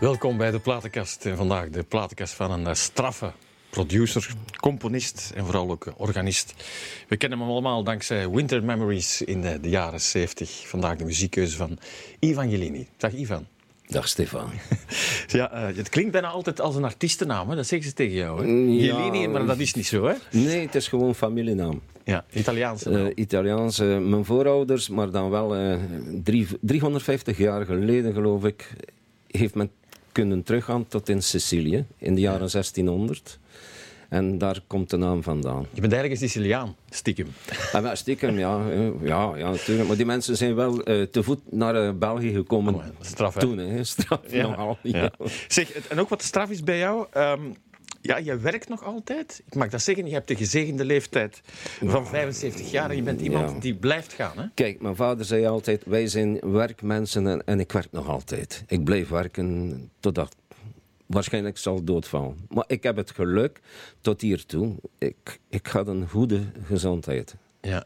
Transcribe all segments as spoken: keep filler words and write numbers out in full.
Welkom bij de Platenkast. En vandaag de platenkast van een straffe producer, componist en vooral ook organist. We kennen hem allemaal dankzij Winter Memories in de, de jaren zeventig. Vandaag de muziekkeuze van Ivan Gelini. Dag Ivan. Dag Stefan. Ja, uh, het klinkt bijna altijd als een artiestennaam, hè? Dat zeggen ze tegen jou. Hè? Ja, Gelini, maar dat is niet zo, hè? Nee, het is gewoon familienaam. Ja, Italiaanse naam. Uh, Italiaans, uh, mijn voorouders, maar dan wel uh, drie, driehonderdvijftig jaar geleden, geloof ik, heeft men kunnen teruggaan tot in Sicilië, in de jaren zestienhonderd. En daar komt de naam vandaan. Je bent eigenlijk een Siciliaan, stiekem. Ah, maar stiekem, ja, ja, ja, natuurlijk. Maar die mensen zijn wel uh, te voet naar uh, België gekomen. Oh, straf, hè? Toen, hè? Straf ja. nogal. Ja. Ja. Zeg, en ook wat straf is bij jou... Um, ja, je werkt nog altijd. Ik mag dat zeggen, je hebt de gezegende leeftijd van vijfenzeventig jaar en je bent iemand ja. die blijft gaan, hè? Kijk, mijn vader zei altijd, wij zijn werkmensen en, en ik werk nog altijd. Ik blijf werken totdat waarschijnlijk zal doodvallen. Maar ik heb het geluk tot hiertoe. Ik, ik had een goede gezondheid. Ja.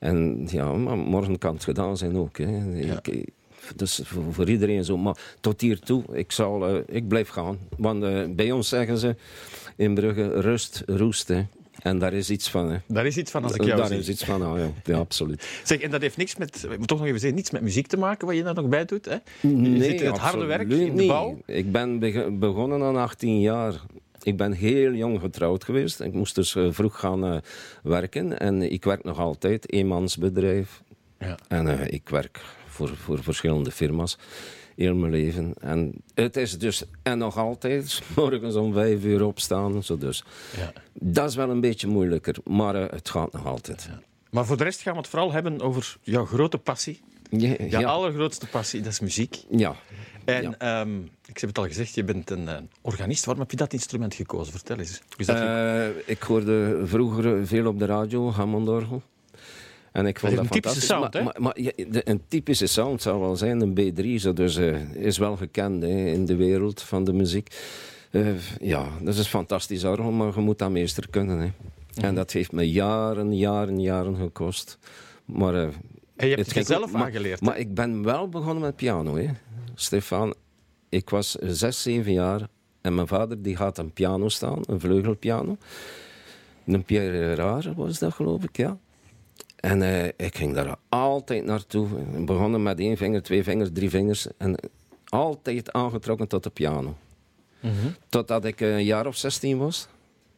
En ja, maar morgen kan het gedaan zijn ook. Hè. Ja. Ik, dus voor, voor iedereen zo. Maar tot hiertoe, ik, zal, uh, ik blijf gaan. Want uh, bij ons zeggen ze in Brugge, rust, roest. Hè. En daar is iets van. Hè. Daar is iets van als ik jou daar zie. is iets van, oh, ja. Ja, absoluut. Zeg, en dat heeft niks met, ik moet toch nog even zeggen, niets met muziek te maken, wat je daar nog bij doet, hè? Je Nee, zit in het harde werk, in de niet. bouw. Ik ben beg- begonnen aan achttien jaar. Ik ben heel jong getrouwd geweest. Ik moest dus uh, vroeg gaan uh, werken. En ik werk nog altijd, eenmansbedrijf. Ja. En uh, ik werk voor, voor verschillende firma's. Heel mijn leven. En het is dus, en nog altijd, morgens om vijf uur opstaan. Zo dus. Ja. Dat is wel een beetje moeilijker, maar uh, het gaat nog altijd. Ja. Maar voor de rest gaan we het vooral hebben over jouw grote passie. Ja, Jouw ja. allergrootste passie, dat is muziek. Ja. En ja. um, ik heb het al gezegd, je bent een uh, organist. Waarom heb je dat instrument gekozen? Vertel eens. Hoe is dat Uh, ik hoorde vroeger veel op de radio, Hammondorgel. En ik vond dat dat, is een typische fantastisch. sound, hè? Maar, maar, maar ja, de, een typische sound zou wel zijn, een B drie. Zo, dus uh, is wel gekend hè, in de wereld van de muziek. Uh, ja, dat is een fantastisch orgel, maar je moet dat meester kunnen. Hè. Mm-hmm. En dat heeft me jaren, jaren, jaren gekost. Maar, uh, en je hebt het, het jezelf maar, aangeleerd. Maar ik ben wel begonnen met piano, hè. Stefan. Ik was zes, zeven jaar en mijn vader die had een piano staan, een vleugelpiano. Een Pierre Rare was dat, geloof ik, ja. En uh, ik ging daar altijd naartoe. Ik begon met één vinger, twee vingers, drie vingers. En altijd aangetrokken tot de piano. Mm-hmm. Totdat ik een jaar of zestien was.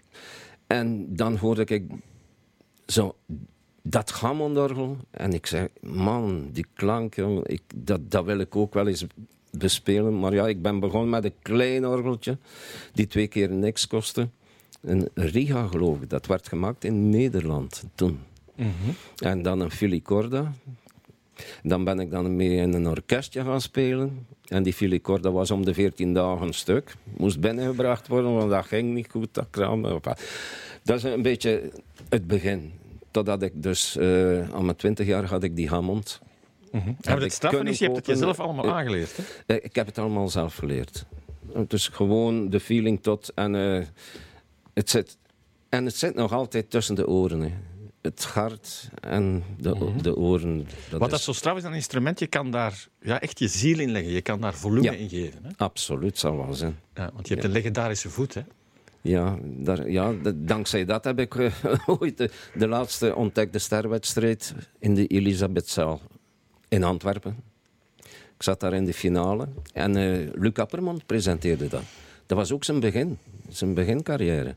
En dan hoorde ik zo dat Hammondorgel. En ik zei, man, die klank, ik, dat, dat wil ik ook wel eens bespelen. Maar ja, ik ben begonnen met een klein orgeltje. Die twee keer niks kostte. Een Riga, geloof ik. Dat werd gemaakt in Nederland toen. Mm-hmm. En dan een filicorda. Dan ben ik dan mee in een orkestje gaan spelen. En die filicorda was om de veertien dagen een stuk. Moest binnengebracht worden, want dat ging niet goed, dat kraam. Dat is een beetje het begin. Totdat ik dus, uh, aan mijn twintig jaar had ik die Hammond. Mm-hmm. Ja, maar het straffen is, je hebt het jezelf allemaal uh, aangeleerd, hè? Uh, ik heb het allemaal zelf geleerd. Dus gewoon de feeling tot... En, uh, het, zit, en het zit nog altijd tussen de oren, hè. Het hart en de, mm-hmm. de oren. Dat Wat is... dat zo straf is aan een instrument, je kan daar ja, echt je ziel in leggen. Je kan daar volume ja, in geven. Hè? Absoluut, zal wel zijn. Ja, want je hebt ja. een legendarische voet, hè? Ja, daar, ja de, dankzij dat heb ik uh, ooit de, de laatste ontdekte sterwedstrijd in de Elisabethzaal in Antwerpen. Ik zat daar in de finale en uh, Luc Appermond presenteerde dat. Dat was ook zijn begin, zijn begincarrière.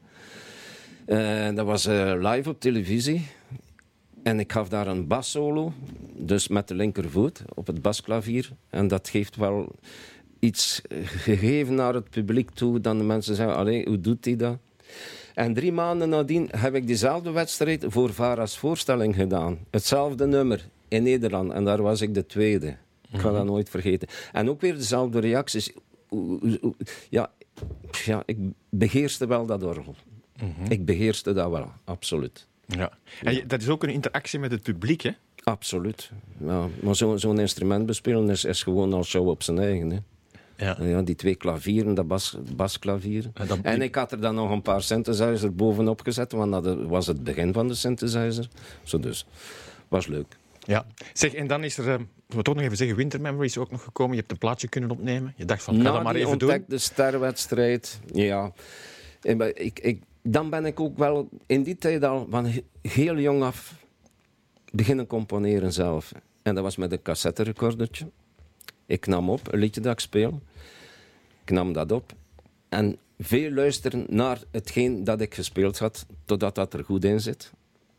Uh, dat was uh, live op televisie. En ik gaf daar een bassolo, dus met de linkervoet op het basklavier. En dat geeft wel iets gegeven naar het publiek toe. Dan de mensen zeggen, allee, hoe doet hij dat? En drie maanden nadien heb ik diezelfde wedstrijd voor Vara's voorstelling gedaan. Hetzelfde nummer in Nederland. En daar was ik de tweede. Ik ga dat nooit vergeten. En ook weer dezelfde reacties. Ja, ja ik beheerste wel dat orgel. Mm-hmm. Ik beheerste dat wel, absoluut. Ja. En je, dat is ook een interactie met het publiek, hè? Absoluut. Ja, maar zo, zo'n instrument bespelen is, is gewoon al show op zijn eigen. Hè. Ja. Ja, die twee klavieren, dat bas, basklavier. En, dat... en ik had er dan nog een paar synthesizers bovenop gezet, want dat was het begin van de synthesizer. Zo dus, was leuk. Ja. Zeg, en dan is er, uh, we toch nog even zeggen, Winter Memories ook nog gekomen. Je hebt een plaatje kunnen opnemen. Je dacht van, ik ga dat maar even doen. Na de sterwedstrijd, ja. Ik, ik, dan ben ik ook wel in die tijd al van heel jong af beginnen componeren zelf. En dat was met een cassetterecordertje. Ik nam op, een liedje dat ik speel. Ik nam dat op. En veel luisteren naar hetgeen dat ik gespeeld had, totdat dat er goed in zit.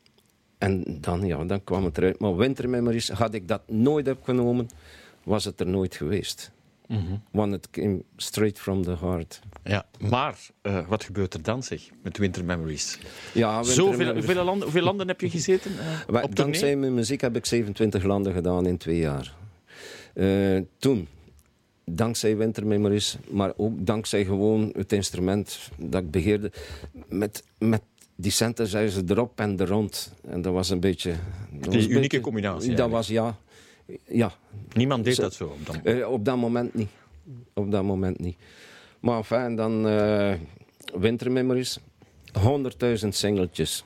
En dan, ja, dan kwam het eruit. Maar Winter Memories, had ik dat nooit opgenomen, was het er nooit geweest. Mm-hmm. Want het came straight from the heart. Ja, maar uh, wat gebeurt er dan, zeg, met Winter Memories? Ja, Winter Zoveel, Memories. Hoeveel, landen, hoeveel landen heb je gezeten uh, op Dankzij mijn muziek heb ik zevenentwintig landen gedaan in twee jaar. Uh, toen, dankzij Winter Memories, maar ook dankzij gewoon het instrument dat ik beheerde, met, met die synthesizer erop en er rond. En dat was een beetje... Dat die unieke beetje, combinatie. Dat was, ja... ja. Niemand deed zo, dat zo op dat moment? Uh, op dat moment niet. Op dat moment niet. Maar enfin, dan uh, Winter Memories. honderdduizend singeltjes.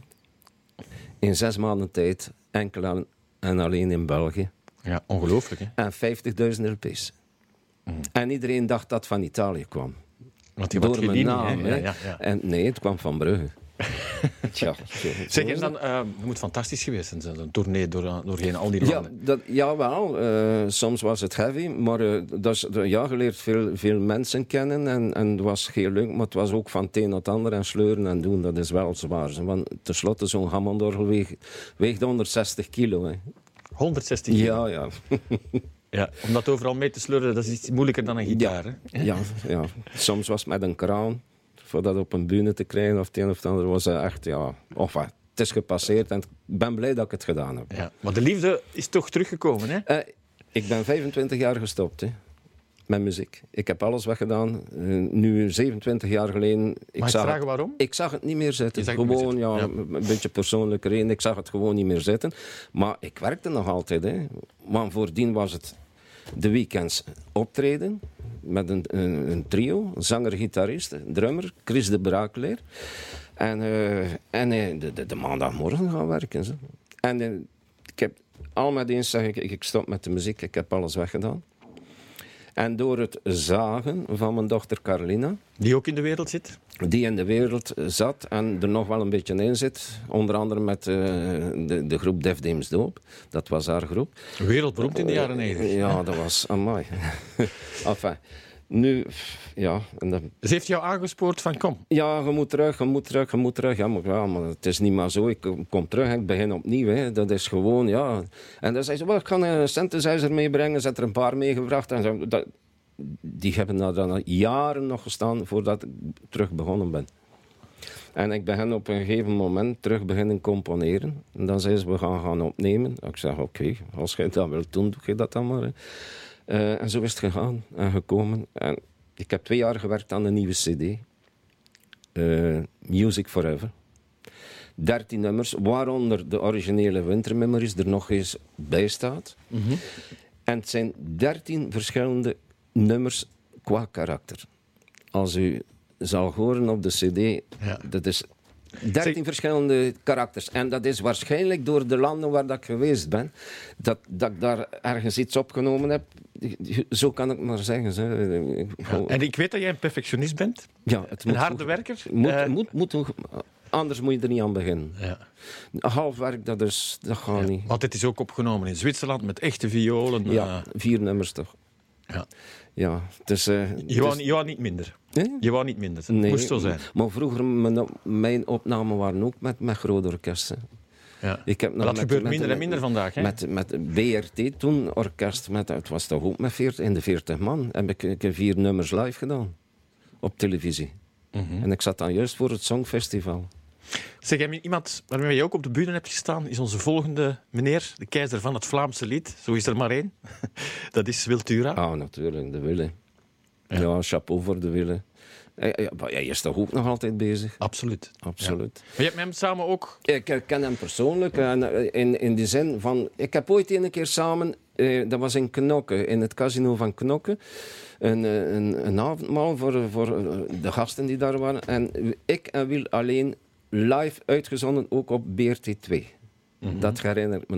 In zes maanden tijd. Enkel en alleen in België. Ja, ongelooflijk, hè? En vijftigduizend L P's. Mm. En iedereen dacht dat het van Italië kwam. Want die door mijn naam. Ja, ja, ja. En nee, het kwam van Brugge. Tja, zo, zeg, en dan, uh, het moet fantastisch geweest zijn, een tournee door, doorheen al die landen. Ja, dat, jawel, uh, soms was het heavy, maar uh, dat is, ja, je leert veel, veel mensen kennen en, en het was heel leuk, maar het was ook van het een naar het ander en sleuren en doen, dat is wel zwaar. Want tenslotte, zo'n Hammondorgel weegt, weegt honderdzestig kilo. Hè. honderdzestig kilo? Ja, ja. Ja, om dat overal mee te sleuren, dat is iets moeilijker dan een gitaar. Ja, hè? ja, ja. Soms was het met een kraan. Voor dat op een bühne te krijgen of het een of het ander was echt, ja... Of wat, het is gepasseerd en ik ben blij dat ik het gedaan heb. Ja, maar de liefde is toch teruggekomen, hè? Uh, ik ben vijfentwintig jaar gestopt, hè, met muziek. Ik heb alles weggedaan. Uh, nu zevenentwintig jaar geleden... Ik Mag ik zag vragen het, waarom? Ik zag het niet meer zitten. Gewoon, meer zitten. Ja, ja, een beetje persoonlijk reden. Ik zag het gewoon niet meer zitten. Maar ik werkte nog altijd, hè. Want voordien was het de weekends optreden... met een, een, een trio, zanger, gitarist, drummer, Chris de Braakleer. En, uh, en uh, de, de, de maandagmorgen gaan werken. Zo. En uh, ik heb al met eens zeg ik, ik stop met de muziek, ik heb alles weggedaan. En door het zagen van mijn dochter Carolina... Die ook in de wereld zit? Die in de wereld zat en er nog wel een beetje in zit. Onder andere met uh, de, de groep Def Deems Doop. Dat was haar groep. Wereldberoemd in de jaren negentig. Ja, dat was amai. Enfin, nu, ja... En dan... Ze heeft jou aangespoord van kom. Ja, je moet terug, je moet terug, je moet terug. Ja, maar, ja, maar het is niet maar zo. Ik kom terug en ik begin opnieuw. Hè. Dat is gewoon, ja... En dan zei ze, well, ik ga een synthesizer meebrengen. Ze had er een paar meegebracht. En zo, dat, die hebben daar dan jaren nog gestaan voordat ik terug begonnen ben. En ik begin op een gegeven moment terug beginnen componeren. En dan zei ze, we gaan gaan opnemen. Ik zeg, oké, okay, als jij dat wilt doen, doe je dat dan maar. Hè. Uh, en zo is het gegaan en gekomen. En ik heb twee jaar gewerkt aan een nieuwe cd. Uh, Music Forever. dertien nummers, waaronder de originele Winter Memories er nog eens bij staat. Mm-hmm. En het zijn dertien verschillende nummers qua karakter. Als u zal horen op de cd, ja. Dat is dertien zeg... verschillende karakters. En dat is waarschijnlijk door de landen waar dat ik geweest ben, dat, dat ik daar ergens iets opgenomen heb. Zo kan ik maar zeggen. Ja. En ik weet dat jij een perfectionist bent. Ja, het een moet harde goed, werker. Moet, uh... moet, moet, moet, anders moet je er niet aan beginnen. Ja. Half werk, dat, is, dat gaat ja. niet. Want het is ook opgenomen in Zwitserland met echte violen. Ja, uh... vier nummers toch. Ja. Ja, dus, uh, je, wou, dus... je wou niet minder. Nee? Je wou niet minder. Het nee, moest zo zijn. Maar vroeger, mijn, op, mijn opnamen waren ook met, met grote orkesten. Ja. Ik heb nog dat met, gebeurt met, minder en minder vandaag. Hè? Met, met B R T toen, orkest, met, het was toch ook met veertig, in de veertig man, heb ik, ik heb vier nummers live gedaan. Op televisie. Mm-hmm. En ik zat dan juist voor het Songfestival. Zeg, iemand waarmee je ook op de bühne hebt gestaan, is onze volgende meneer, de keizer van het Vlaamse lied. Zo is er maar één. Dat is Wiltura. Ah, natuurlijk, de Wille. Ja, ja chapeau voor de Wille. Ja, hij is toch ook nog altijd bezig? Absoluut. Absoluut. Ja. Maar je hebt met hem samen ook... Ik ken hem persoonlijk. En in, in die zin van... Ik heb ooit een keer samen... Eh, dat was in Knokke, in het casino van Knokke. Een, een, een avondmaal voor, voor de gasten die daar waren. En ik en Wil alleen live uitgezonden, ook op B R T twee. Mm-hmm. Dat herinner ik me nog.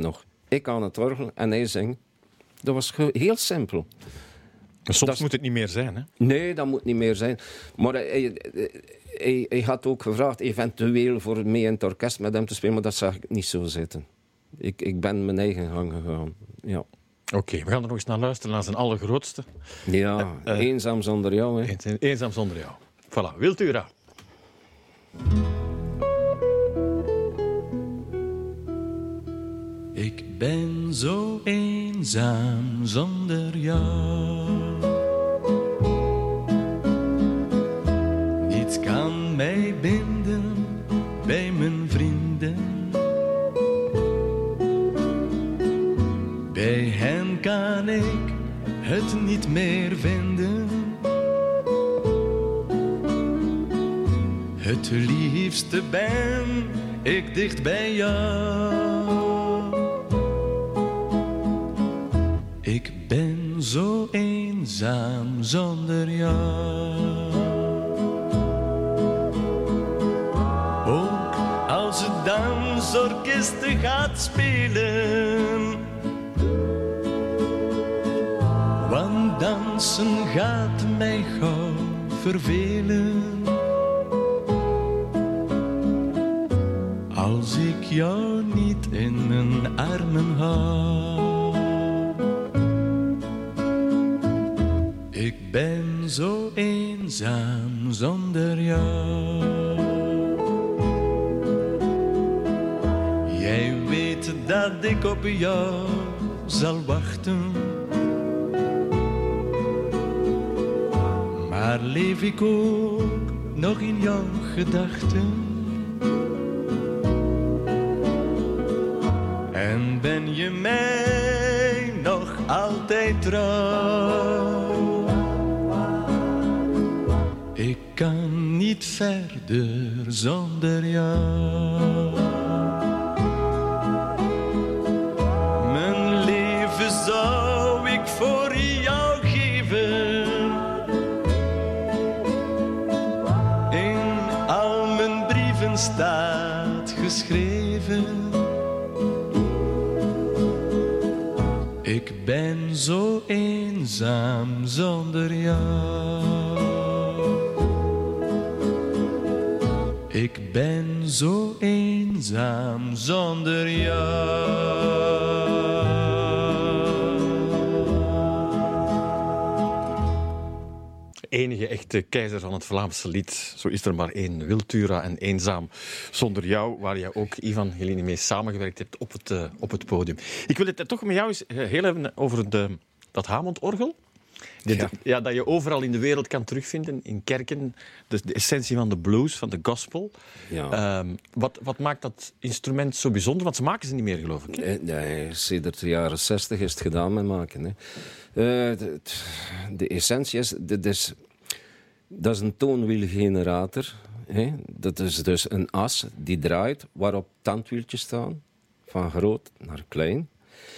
ik aan het orgel en hij zingt. Dat was ge- heel simpel. Maar soms Dat- moet het niet meer zijn, hè? Nee, dat moet niet meer zijn. Maar hij, hij, hij, hij had ook gevraagd eventueel voor mee in het orkest met hem te spelen, maar dat zag ik niet zo zitten. Ik, ik ben mijn eigen gang gegaan. Ja, Oké, okay, we gaan er nog eens naar luisteren, naar zijn allergrootste. ja Uh, uh, eenzaam zonder jou. Hè. Eenzaam, eenzaam zonder jou. Voilà, Wiltura. Ik ben zo eenzaam zonder jou. Niets kan mij binden bij mijn vrienden. Bij hen kan ik het niet meer vinden. Het liefste ben ik dicht bij jou. Ik ben zo eenzaam zonder jou. Ook als het dansorkest gaat spelen, want dansen gaat mij gauw vervelen. Als ik jou niet in mijn armen hou. Ik ben zo eenzaam zonder jou. Jij weet dat ik op jou zal wachten. Maar leef ik ook nog in jouw gedachten. En ben je mij nog altijd trouw? Ik kan niet verder zonder jou. Mijn leven zou ik voor jou geven. In al mijn brieven staat geschreven. Ik ben zo eenzaam zonder jou. Ik ben zo eenzaam zonder jou. Enige echte keizer van het Vlaamse lied. Zo is er maar één. Wiltura en Eenzaam zonder jou, waar jij ook, Ivan Gelini, mee samengewerkt hebt op het, uh, op het podium. Ik wil het toch met jou eens heel even over de, dat Hammond-orgel. De, ja. Ja, dat je overal in de wereld kan terugvinden, in kerken. Dus de essentie van de blues, van de gospel. Ja. Um, wat, wat maakt dat instrument zo bijzonder? Want ze maken ze niet meer, geloof ik. Hè? Nee, sinds de jaren zestig is het gedaan met maken. Hè. Uh, de, de essentie is, dit is... Dat is een toonwielgenerator. Hè. Dat is dus een as die draait, waarop tandwieltjes staan. Van groot naar klein.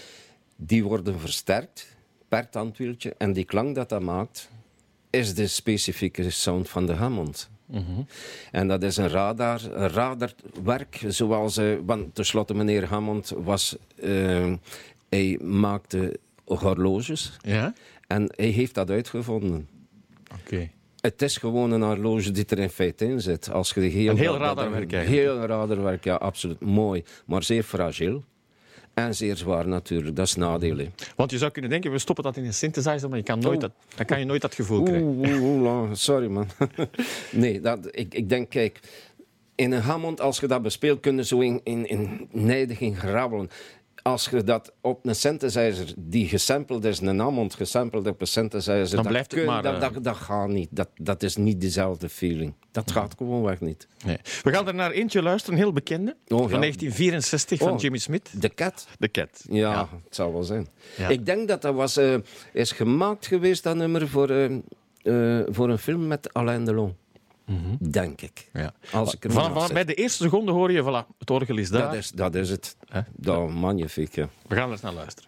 Die worden versterkt per tandwieltje. En die klank dat dat maakt, is de specifieke sound van de Hammond. Mm-hmm. En dat is een radar, een radarwerk, zoals... Uh, want tenslotte, meneer Hammond was... Uh, hij maakte horloges. Ja? En hij heeft dat uitgevonden. Oké. Okay. Het is gewoon een horloge die er in feite in zit. Als je de heel een heel radarwerk eigenlijk. Heel radarwerk, ja, absoluut. Mooi, maar zeer fragiel. En zeer zwaar natuurlijk, dat is nadeel. Hè. Want je zou kunnen denken, we stoppen dat in een synthesizer, maar je kan nooit dat, dan kan je nooit dat gevoel krijgen. Oeh, oeh, oeh, sorry man. Nee, dat, ik, ik denk, kijk, in een Hammond, als je dat bespeelt, kun je zo in, in, in nijdiging grabbelen. Als je dat op een synthesizer die gesampled is, een Hammond gesampled op een synthesizer, dan blijft kun, het maar... Dat, Uh... dat, dat gaat niet. Dat, dat is niet dezelfde feeling. Dat gaat gewoon weg niet. Nee. We gaan er naar eentje luisteren, een heel bekende, oh, van ja. negentien vierenzestig, oh, van Jimmy Smith. The Cat. The Cat. Ja, ja, het zal wel zijn. Ja. Ik denk dat dat was, uh, is gemaakt geweest, dat nummer, voor, uh, uh, voor een film met Alain Delon. Mm-hmm. Denk ik. Ja. Als ik er van, van, bij de eerste seconde hoor je, voilà, het orgel is daar. Dat is, dat is het. Huh? Dat is magnifiek. Ja. We gaan er eens naar luisteren.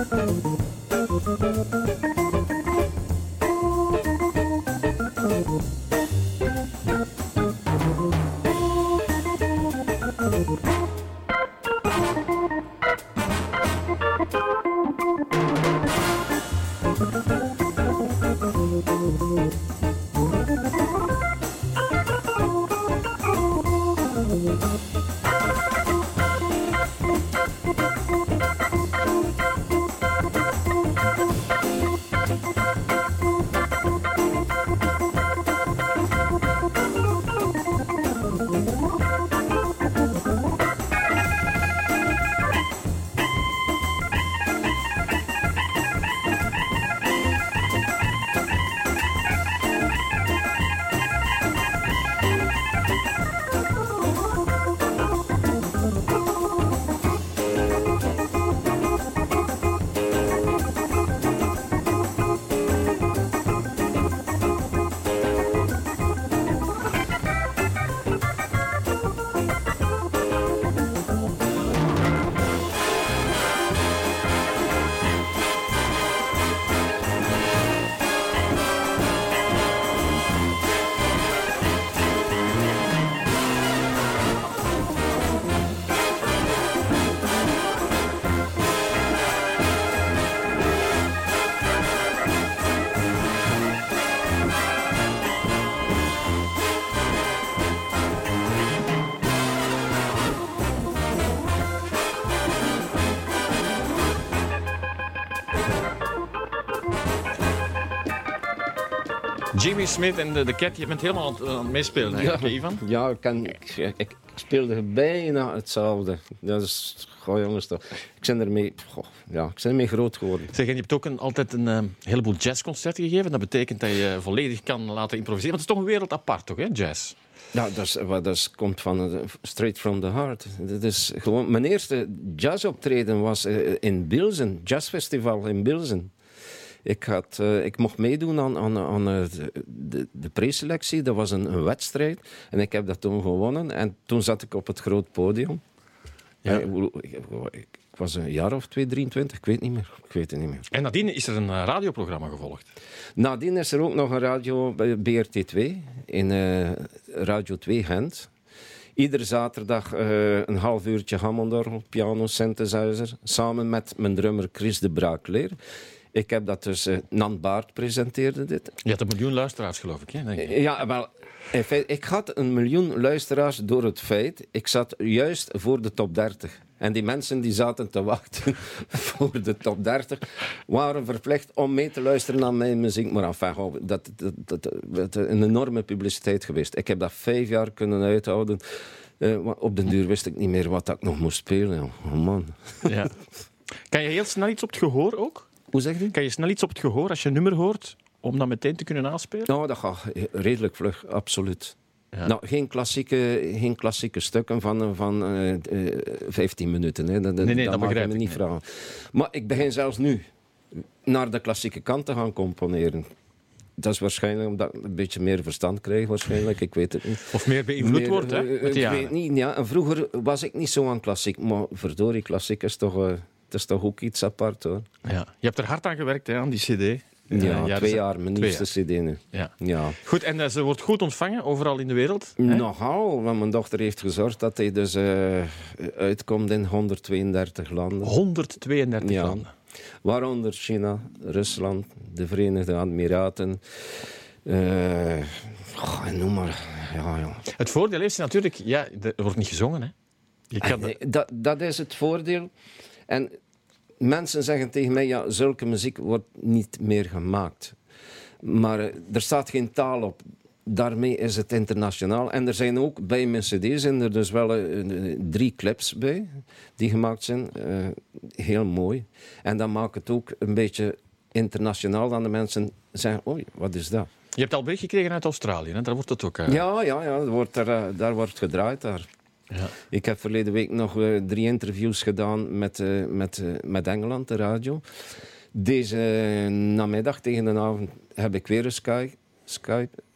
Jimmy Smith en de, de Cat, je bent helemaal aan het, aan het meespelen eigenlijk, Ja, Ivan? ja ik, kan, ik, ik, ik speelde bijna hetzelfde. Dat is, goh jongens, toch. Ik ben ermee, goh, ja, ik ben ermee groot geworden. Zeg, en je hebt ook een, altijd een uh, heleboel jazzconcerten gegeven. Dat betekent dat je volledig kan laten improviseren. Want het is toch een wereld apart, toch, hè, jazz? Ja, dat, is, dat is, komt van uh, straight from the heart. Dat is gewoon, mijn eerste jazzoptreden was uh, in Bilzen, jazzfestival in Bilzen. Ik, had, uh, ik mocht meedoen aan, aan, aan uh, de, de, de preselectie. Dat was een, een wedstrijd. En ik heb dat toen gewonnen. En toen zat ik op het groot podium. Ja. Uh, ik, ik, ik was een jaar of twee, drieëntwintig. Ik weet niet meer. Ik weet het niet meer. En nadien is er een uh, radioprogramma gevolgd. Nadien is er ook nog een radio bij B R T twee. In uh, Radio twee Gent. Iedere zaterdag uh, een half uurtje Hammondorgel, piano, synthesizer. Samen met mijn drummer Chris de Braakleer. Ik heb dat dus... Uh, Nan Baart presenteerde dit. Je had een miljoen luisteraars, geloof ik. Hè, denk ik. Ja, wel... In feite, ik had een miljoen luisteraars door het feit... Ik zat juist voor de top dertig. En die mensen die zaten te wachten voor de top dertig... waren verplicht om mee te luisteren naar mijn muziek. Maar enfin, dat, dat, dat, dat is een enorme publiciteit geweest. Ik heb dat vijf jaar kunnen uithouden. Uh, op den duur wist ik niet meer wat ik nog moest spelen. Oh man. Ja. Kan je heel snel iets op het gehoor ook? Hoe zeg je? Kan je snel iets op het gehoor als je een nummer hoort, om dat meteen te kunnen aanspelen? Nou, dat gaat redelijk vlug, absoluut. Ja. Nou, geen klassieke, geen klassieke stukken van, van uh, uh, vijftien minuten. Hè. Dat, Nee, nee, dat, dat mag begrijp je me ik niet niet. vragen. Maar ik begin zelfs nu naar de klassieke kant te gaan componeren. Dat is waarschijnlijk omdat ik een beetje meer verstand krijg, waarschijnlijk. Ik weet het niet. Of meer beïnvloed Meer, wordt, hè? uh, Met de ik jaren. weet niet, ja. En vroeger was ik niet zo aan klassiek. Maar verdorie, klassiek is toch, uh, dat is toch ook iets apart, hoor. Ja. Je hebt er hard aan gewerkt, hè, aan die cd. Ja, Uh, jaren twee ze- jaar, mijn twee nieuwste cd nu. Ja. Ja. Goed, en uh, ze wordt goed ontvangen overal in de wereld. Hè? Nogal, want mijn dochter heeft gezorgd dat hij dus uh, uitkomt in honderdtweeëndertig landen. honderdtweeëndertig Ja. landen. Waaronder China, Rusland, de Verenigde Emiraten. Uh, goh, noem maar. Ja, ja. Het voordeel is natuurlijk, ja, er wordt niet gezongen, hè? Je kan Nee, dat, dat is het voordeel. En mensen zeggen tegen mij, ja, zulke muziek wordt niet meer gemaakt. Maar uh, er staat geen taal op. Daarmee is het internationaal. En er zijn ook bij mijn cd's zijn er dus wel uh, uh, drie clips bij die gemaakt zijn. Uh, heel mooi. En dat maakt het ook een beetje internationaal. Dan de mensen zeggen, oei, wat is dat? Je hebt al bericht gekregen uit Australië, hè? Daar wordt het ook... Uh... Ja, ja, ja, er wordt er, uh, daar wordt gedraaid daar. Ja. Ik heb verleden week nog uh, drie interviews gedaan met, uh, met, uh, met Engeland, de radio. Deze uh, namiddag tegen de avond heb ik weer een Skype, Skype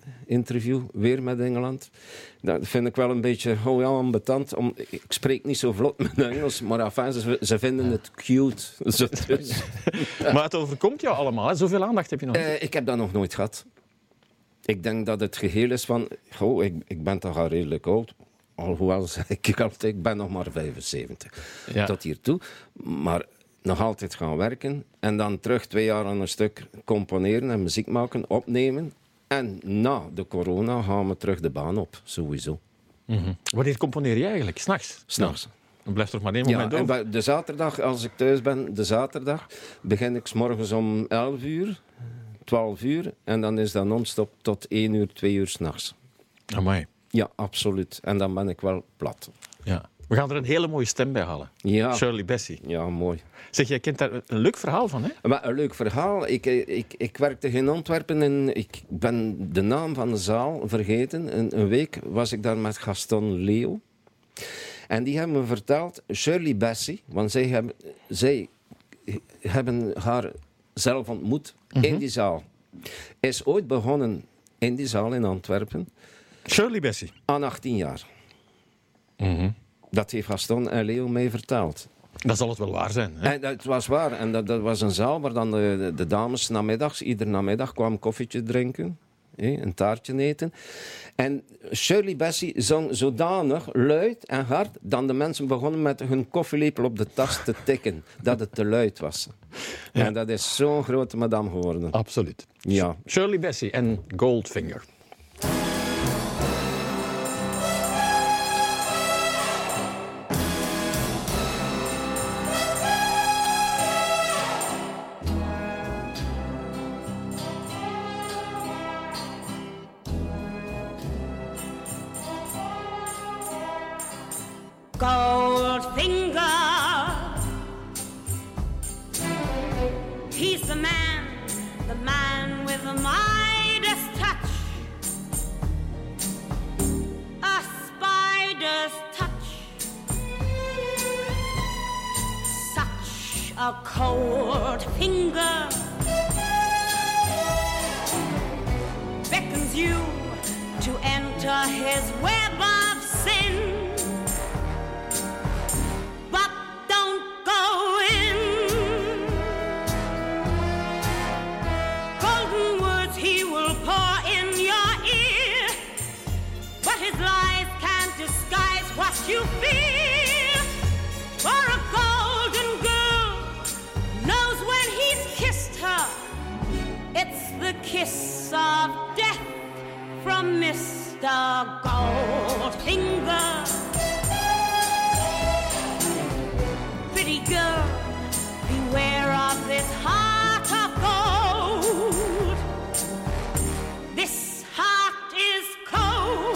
interview, weer met Engeland. Dat vind ik wel een beetje oh ja, ambetant. Om, ik spreek niet zo vlot met Engels, maar enfin, ze, ze vinden het cute. Zo, dus. Maar het overkomt jou allemaal, hè? Zoveel aandacht heb je nog niet. Uh, ik heb dat nog nooit gehad. Ik denk dat het geheel is van... Oh, ik, ik ben toch al redelijk oud. Alhoewel zeg ik altijd, ik ben nog maar vijfenzeventig. Ja. Tot hiertoe. Maar nog altijd gaan werken. En dan terug twee jaar aan een stuk componeren en muziek maken, opnemen. En na de corona gaan we terug de baan op, sowieso. Mm-hmm. Wanneer componeer je eigenlijk? S'nachts? S'nachts. Dan blijft toch maar één moment ja, over. En de zaterdag, als ik thuis ben, de zaterdag, begin ik 's morgens om elf uur, twaalf uur. En dan is dat non-stop tot één uur, twee uur 's nachts. Amai. Ja, absoluut. En dan ben ik wel plat. Ja. We gaan er een hele mooie stem bij halen. Ja. Shirley Bassey. Ja, mooi. Zeg, jij kent daar een leuk verhaal van, hè? Maar een leuk verhaal. Ik, ik, ik werkte in Antwerpen en ik ben de naam van de zaal vergeten. Een, een week was ik daar met Gaston Leo. En die hebben me verteld, Shirley Bassey, want zij hebben, zij hebben haar zelf ontmoet mm-hmm. in die zaal. Is ooit begonnen in die zaal in Antwerpen. Shirley Bassey? Aan achttien jaar. Mm-hmm. Dat heeft Gaston en Leo mij verteld. Dat zal het wel waar zijn. Hè? En dat was waar. En dat, dat was een zaal waar dan de, de, de dames namiddags, ieder namiddag kwamen koffietje drinken. Hé, een taartje eten. En Shirley Bassey zong zodanig luid en hard dat de mensen begonnen met hun koffielepel op de tas te tikken. Dat het te luid was. Ja. En dat is zo'n grote madame geworden. Absoluut. Ja. Shirley Bassey en Goldfinger. Goldfinger, he's the man, the man with the Midas touch, a spider's touch, such a cold finger beckons you to enter his web of sin. You feel for a golden girl knows when he's kissed her. It's the kiss of death from Mister Goldfinger. Pretty girl, beware of this heart of gold. This heart is cold.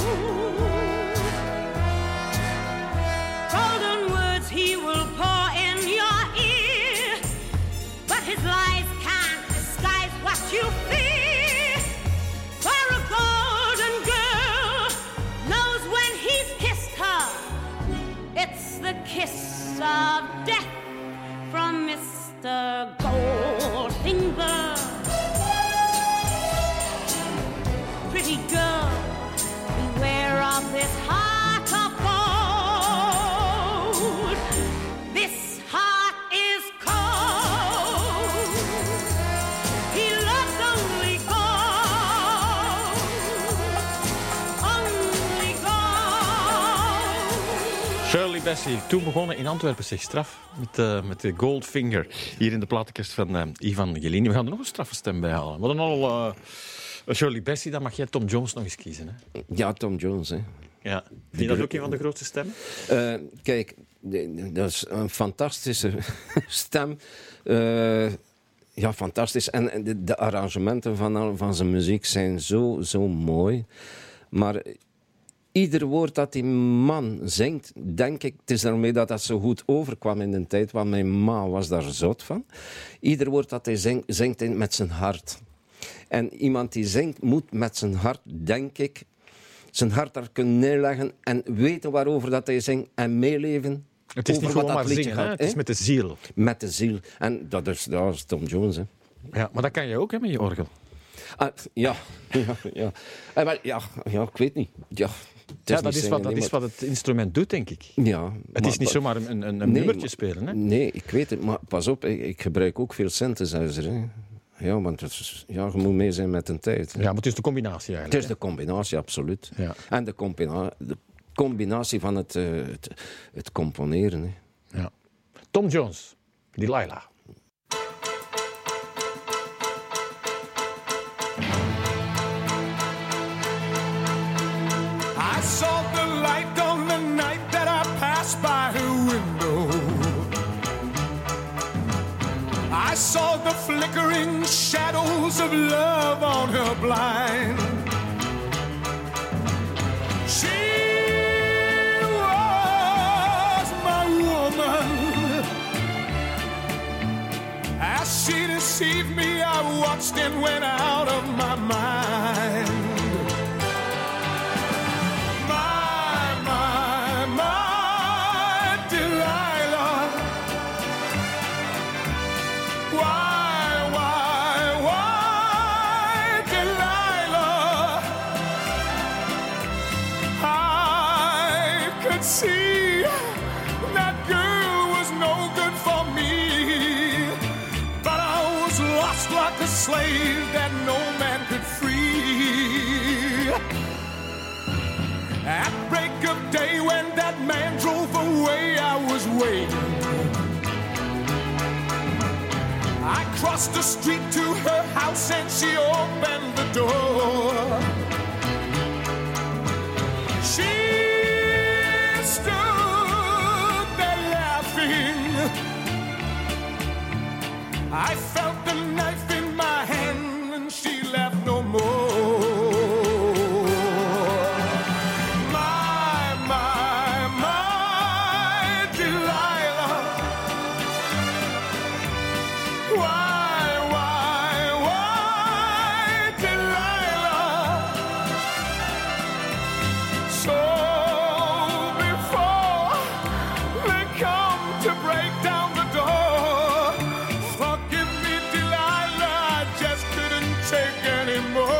His lies can't disguise what you feel. For a golden girl knows when he's kissed her. It's the kiss of death from Mister Goldfinger. Pretty girl, beware of this heart of gold. This heart is cold. He loves only gold, only gold. Shirley Bassey, toen begonnen in Antwerpen, zich straf met, uh, met de Goldfinger. Hier in de platenkast van uh, Ivan Gelini. We gaan er nog een straffe stem bij halen. We hadden al uh, Shirley Bassey, dan mag jij Tom Jones nog eens kiezen. Hè? Ja, Tom Jones, hè. Ja. Vind je dat ook een van de grootste stemmen? Uh, kijk, dat is een fantastische stem. Uh, ja, fantastisch. En de, de arrangementen van, van zijn muziek zijn zo, zo mooi. Maar ieder woord dat die man zingt, denk ik, het is daarmee dat dat zo goed overkwam in de tijd, want mijn ma was daar zot van. Ieder woord dat hij zingt, zingt hij met zijn hart. En iemand die zingt, moet met zijn hart, denk ik, zijn hart daar kunnen neerleggen en weten waarover dat hij zingt en meeleven. Het is over niet wat gewoon dat maar liedje zingen, hè? gaat, Het is hè? met de ziel. Met de ziel. En dat is, dat is Tom Jones, hè. Ja, maar dat kan je ook, hè, met je orgel. Ah, ja, ja, ja. Eh, maar, ja, ja, ik weet niet. Ja, het Ja, niet dat is, zingen, wat, dat nee, is maar- wat het instrument doet, denk ik. Ja, Het maar- is niet zomaar een, een, een Nee, nummertje maar- spelen. Hè? Nee, ik weet het, maar pas op, ik, ik gebruik ook veel synthesizer. Hè. Ja, want het is- ja, je moet mee zijn met de tijd. Hè. Ja, maar het is de combinatie Het eigenlijk. is de combinatie, absoluut. Ja. En de, combina- de combinatie van het, eh, het, het componeren. Hè. hè. Ja. Tom Jones, Delilah. I saw the light on the night that I passed by her window. I saw the flickering shadows of love on her blind. She was my woman. As she deceived me, I watched and went out of my mind. My, my, my Delilah. Why, why, why, Delilah? I could see that girl was no good for me, but I was lost like a slave that no man could free. At break of day when that man drove away, I was waiting. I crossed the street to her house and she opened the door. She stood there laughing. I felt the knife in my hand and she laughed no more. My, my, my Delilah. Why, why, why, Delilah? So before they come to break down the door, forgive me, Delilah, I just couldn't take anymore.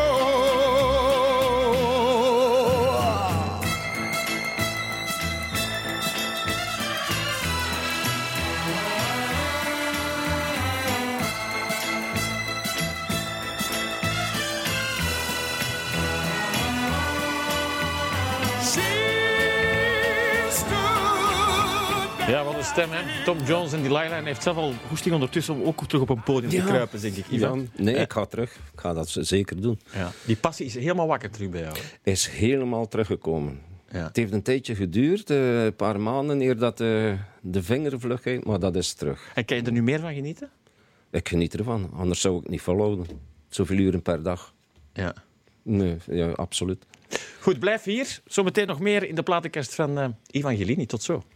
She stood Ja, wat een stem, hè? Tom Jones en Delilah. En hij heeft zelf al goesting ondertussen om ook terug op een podium te Ja. kruipen, denk ik. Ivan? Ja, nee, ik ga terug. Ik ga dat zeker doen. Ja. Die passie is helemaal wakker terug bij jou. hè? Hij is helemaal teruggekomen. Ja. Het heeft een tijdje geduurd, eh, een paar maanden, eer dat de, de vinger vlug ging, maar dat is terug. En kan je er nu meer van genieten? Ik geniet ervan, anders zou ik het niet volhouden. Zoveel uren per dag. Ja. Nee, ja, absoluut. Goed, blijf hier. Zometeen nog meer in de platenkast van uh, Ivan Gelini. Tot zo.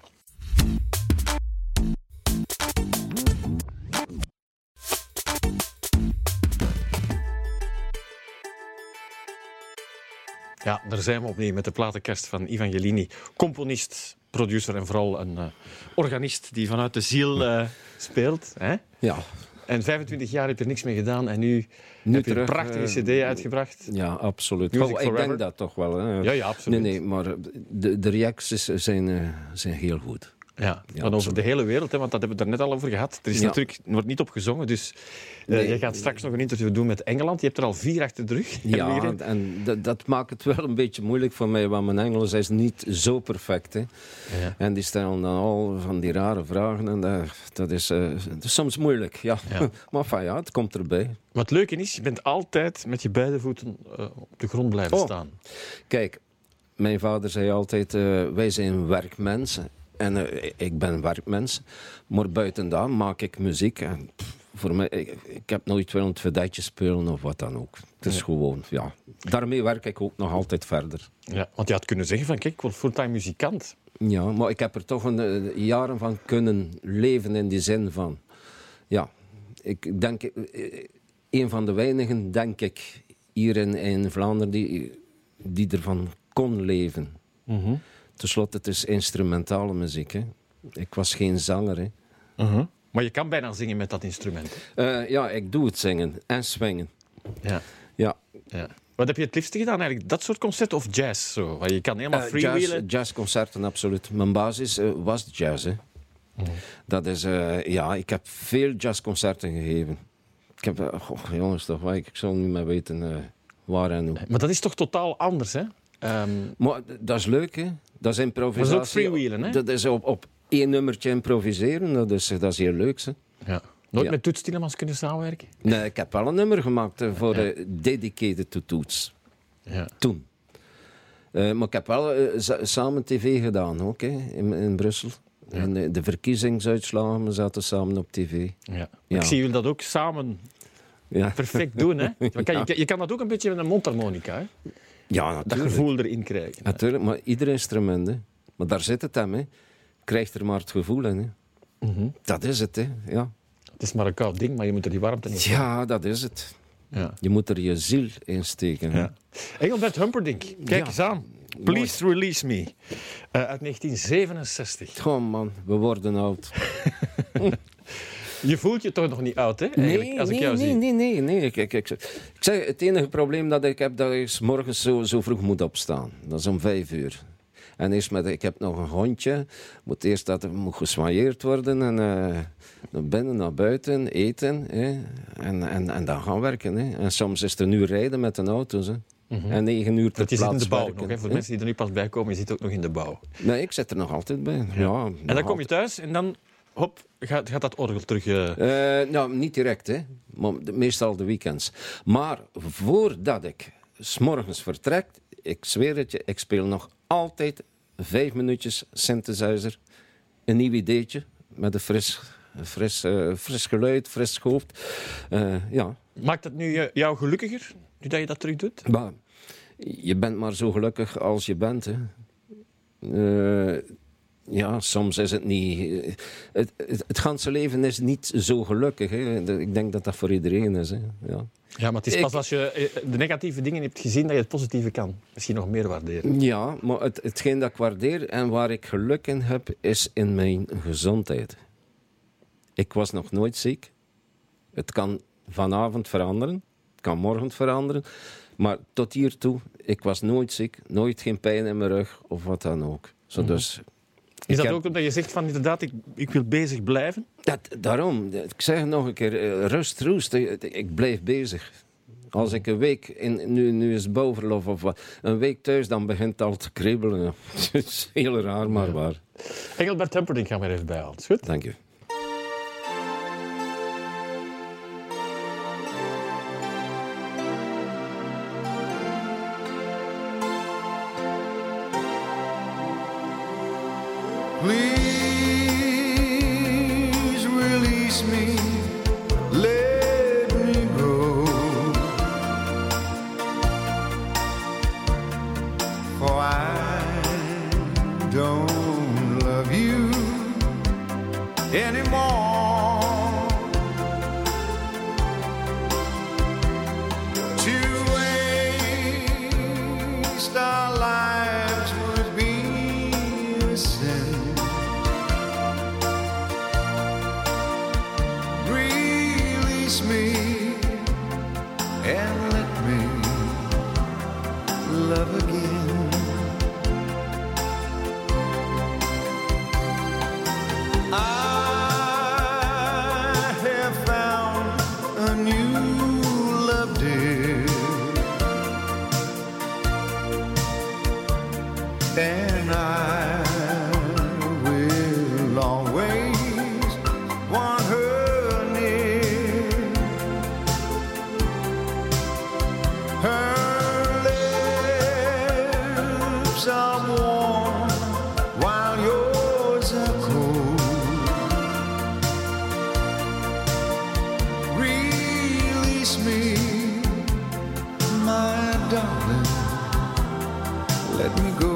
Ja, daar zijn we opnieuw met de platenkast van Ivan Gelini. Componist, producer en vooral een uh, organist die vanuit de ziel uh, speelt. Hè? Ja, En vijfentwintig jaar heb je er niks mee gedaan en nu, Nu heb je terug, een prachtige uh, cd uitgebracht. ja absoluut. Music Oh, ik Forever. denk dat toch wel. Hè. Ja, ja, absoluut. Nee, nee, maar de, de reacties zijn, uh, zijn heel goed. Ja, Ja, van over absoluut. de hele wereld, hè, want dat hebben we het er net al over gehad. Er is Ja. natuurlijk er wordt niet op gezongen, dus uh, Nee. je gaat straks nog een interview doen met Engeland. Je hebt er al vier achter de rug. Hebben we Ja, hier een- en dat, dat maakt het wel een beetje moeilijk voor mij, want mijn Engels is niet zo perfect. Hè. Ja. En die stellen dan al van die rare vragen en dat, dat, is, uh, dat is soms moeilijk. Ja. Ja. Maar van ja, het komt erbij. Wat leuk is, je bent altijd met je beide voeten uh, op de grond blijven Oh. staan. Kijk, mijn vader zei altijd, uh, wij zijn werkmensen. En uh, ik ben werkmens. Maar buiten dat maak ik muziek. En pff, voor mij, ik, ik heb nooit willen het vedetje spelen of wat dan ook. Het is Ja. gewoon, ja. Daarmee werk ik ook nog altijd verder. Ja, want je had kunnen zeggen van, kijk, ik word fulltime muzikant. Ja, maar ik heb er toch een, uh, jaren van kunnen leven in die zin van... Ja, ik denk... Uh, een van de weinigen, denk ik, hier in, in Vlaanderen die, die ervan kon leven. Mm-hmm. Ten slotte, het is instrumentale muziek. Hè. Ik was geen zanger. Hè. Uh-huh. Maar je kan bijna zingen met dat instrument. Uh, ja, ik doe het zingen en swingen. Ja. Ja. Ja. Wat heb je het liefste gedaan eigenlijk? Dat soort concerten of jazz? Zo? Want je kan helemaal Uh, freewheelen. jazz, jazzconcerten, absoluut. Mijn basis uh, was jazz. Hè. Mm. Dat is, uh, ja, ik heb veel jazzconcerten gegeven. Ik heb, uh, oh, jongens, toch, ik, ik zal niet meer weten uh, waar en hoe. Maar dat is toch totaal anders, hè? Um... Maar dat is leuk, hè? Dat is improvisatie. Dat is ook freewheelen, hè? Dat is op, op één nummertje improviseren, dat is, dat is heel leuk, hè? Ja. Nooit ja. met Toets Tielemans kunnen samenwerken? Nee, ik heb wel een nummer gemaakt uh, voor ja. uh, Dedicated to Toets. Ja. Toen. Uh, maar ik heb wel uh, z- samen tv gedaan, ook, hè, in, in Brussel. Ja. En de, de verkiezingsuitslagen, we zaten samen op tv. Ja. Ja. Ik zie jullie dat ook samen ja. perfect doen, hè? Je kan, je, je kan dat ook een beetje met een mondharmonica, hè? Ja, natuurlijk. Dat gevoel erin krijgen. Natuurlijk, maar ieder instrument, hè. Maar daar zit het hem, hè. Krijgt er maar het gevoel in, hè. Mm-hmm. Dat is het, hè. Ja. Het is maar een koud ding, maar je moet er die warmte in. Ja, dat is het. Ja. Je moet er je ziel in steken. Ja. Engelbert Humperdinck, kijk ja. eens aan. Please Mooi. Release Me. Uh, uit negentien zevenenzestig. Oh man, we worden oud. Je voelt je toch nog niet oud, hè? Nee, als ik nee, jou nee, zie. nee, nee, nee. Ik, ik, ik, ik zeg, het enige probleem dat ik heb, dat ik 's morgens zo, zo vroeg moet opstaan. Dat is om vijf uur. En eerst met, ik heb nog een hondje. Moet eerst dat er moet gessoigneerd worden. En uh, naar binnen, naar buiten, eten. Hè. En, en, en dan gaan werken. Hè. En soms is er nu rijden met een auto. Hè. Mm-hmm. En negen uur ter dat je zit in de bouw werken, nog, hè? Voor hè? mensen die er nu pas bij komen, je zit ook nog in de bouw. Nee, ik zit er nog altijd bij. Ja. Ja, en dan kom je thuis en dan, hop, gaat, gaat dat orgel terug... Uh... Uh, nou, niet direct, hè. Maar meestal de weekends. Maar voordat ik 's morgens vertrek, ik zweer het je, ik speel nog altijd vijf minuutjes synthesizer. Een nieuw ideetje met een fris, fris, uh, fris geluid, fris hoofd. Uh, ja. Maakt het nu jou gelukkiger, nu dat je dat terug doet? Maar je bent maar zo gelukkig als je bent, hè. Uh, ja, soms is het niet... Het, het, het ganse leven is niet zo gelukkig, hè. Ik denk dat dat voor iedereen is, hè. Ja. Ja, maar het is pas ik... als je de negatieve dingen hebt gezien dat je het positieve kan misschien nog meer waarderen. Ja, maar het, hetgeen dat ik waardeer en waar ik geluk in heb, is in mijn gezondheid. Ik was nog nooit ziek. Het kan vanavond veranderen. Het kan morgen veranderen. Maar tot hiertoe, ik was nooit ziek. Nooit geen pijn in mijn rug of wat dan ook. Zo, mm-hmm. dus, is dat heb... ook omdat je zegt van inderdaad, ik, ik wil bezig blijven? Dat, daarom, ik zeg het nog een keer, uh, rust, rust, ik, ik blijf bezig. Als ik een week, in, nu, nu is het bouwverlof of wat, een week thuis, dan begint het al te kriebelen. Het is heel raar, maar waar. Engelbert Humperdinck gaan we er even bij halen. Is goed? Dank je. Please release me, let me go, for I don't love you anymore. To waste our lives would be a sin. Me and let me love again. I have found a new love, dear, and I will always want her. Her lips are warm while yours are cold. Release me, my darling, let me go.